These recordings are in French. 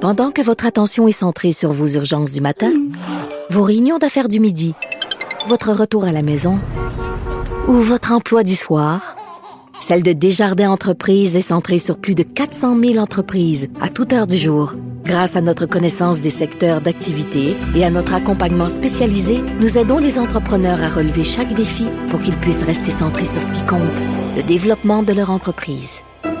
Pendant que votre attention est centrée sur vos urgences du matin, vos réunions d'affaires du midi, votre retour à la maison ou votre emploi du soir, celle de Desjardins Entreprises est centrée sur plus de 400 000 entreprises à toute heure du jour. Grâce à notre connaissance des secteurs d'activité et à notre accompagnement spécialisé, nous aidons les entrepreneurs à relever chaque défi pour qu'ils puissent rester centrés sur ce qui compte, le développement de leur entreprise.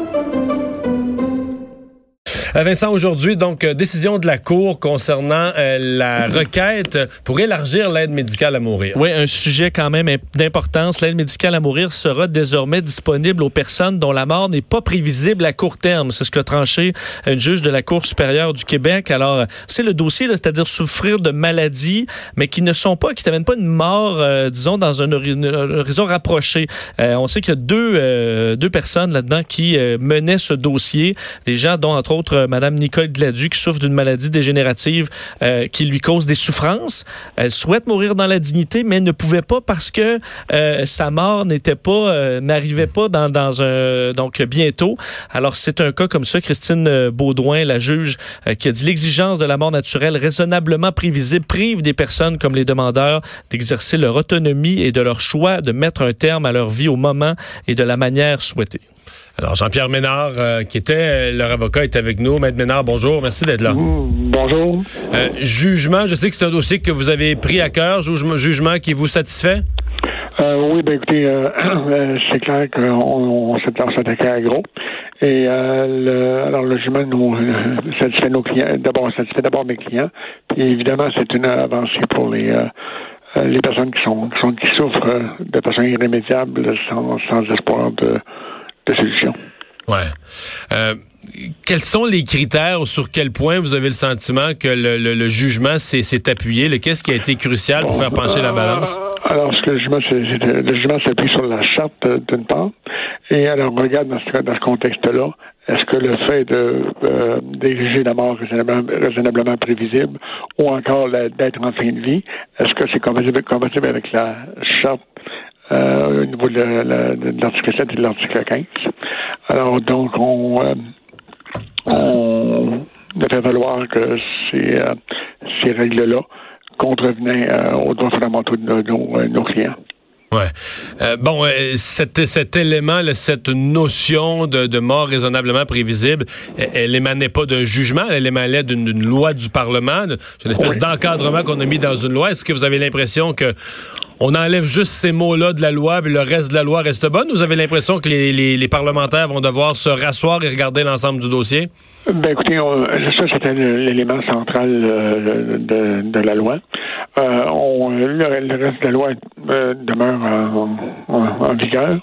Vincent, aujourd'hui, donc, décision de la Cour concernant la requête pour élargir l'aide médicale à mourir. Oui, un sujet quand même d'importance. L'aide médicale à mourir sera désormais disponible aux personnes dont la mort n'est pas prévisible à court terme. C'est ce qu'a tranché une juge de la Cour supérieure du Québec. Alors, c'est le dossier, là, c'est-à-dire souffrir de maladies, mais qui n'amènent pas une mort, disons, dans un horizon rapproché. On sait qu'il y a deux personnes là-dedans qui menaient ce dossier. Des gens dont, entre autres, Madame Nicole Gladu, qui souffre d'une maladie dégénérative qui lui cause des souffrances. Elle souhaite mourir dans la dignité, mais ne pouvait pas parce que sa mort n'arrivait pas donc bientôt. Alors, c'est un cas comme ça. Christine Baudouin, la juge, qui a dit l'exigence de la mort naturelle raisonnablement prévisible prive des personnes comme les demandeurs d'exercer leur autonomie et de leur choix de mettre un terme à leur vie au moment et de la manière souhaitée. Alors, Jean-Pierre Ménard, qui était leur avocat, est avec nous. Maître Ménard, bonjour. Merci d'être là. Bonjour. Jugement, je sais que c'est un dossier que vous avez pris à cœur. Jugement qui vous satisfait? Oui, écoutez, c'est clair qu'on s'attaquait à gros. Et alors le jugement nous satisfait nos clients. Satisfait d'abord mes clients. Puis évidemment, c'est une avancée pour les personnes qui souffrent de façon irrémédiable sans espoir de solution. Ouais. Quels sont les critères ou sur quel point vous avez le sentiment que le jugement s'est appuyé? Qu'est-ce qui a été crucial pour faire pencher la balance? Alors, le jugement s'appuie sur la charte d'une part. Et alors, on regarde dans ce contexte-là, est-ce que le fait d'exiger la mort raisonnablement prévisible ou encore d'être en fin de vie, est-ce que c'est compatible avec la charte au niveau de l'article 7 et de l'article 15. Alors, donc, on a fait valoir que ces règles-là contrevenaient aux droits fondamentaux de nos clients. Ouais. Cet élément, cette notion de mort raisonnablement prévisible, elle émanait pas d'un jugement, elle émanait d'une loi du Parlement, c'est une espèce d'encadrement qu'on a mis dans une loi. Est-ce que vous avez l'impression que on enlève juste ces mots-là de la loi, puis le reste de la loi reste bonne, ou vous avez l'impression que les parlementaires vont devoir se rasseoir et regarder l'ensemble du dossier? Écoutez, ça c'était l'élément central de la loi. Le reste de la loi demeure en vigueur.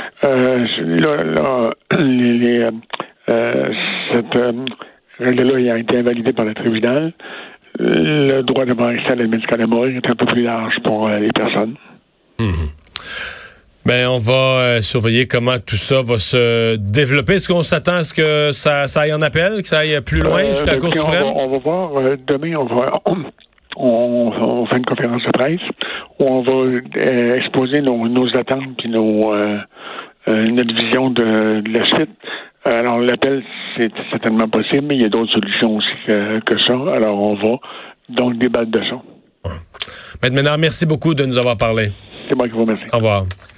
Cette règle-là a été invalidée par le tribunal. Le droit d'avoir accès à l'aide médicale à mourir est un peu plus large pour les personnes. On va surveiller comment tout ça va se développer. Est-ce qu'on s'attend à ce que ça aille en appel, que ça aille plus loin jusqu'à la Cour suprême? On va voir. Demain, on fait une conférence de presse où on va exposer nos attentes et notre vision de la suite. Alors, l'appel, c'est certainement possible, mais il y a d'autres solutions aussi que ça. Alors, on va donc débattre de ça. Maître Ménard, merci beaucoup de nous avoir parlé. C'est moi qui vous remercie. Au revoir.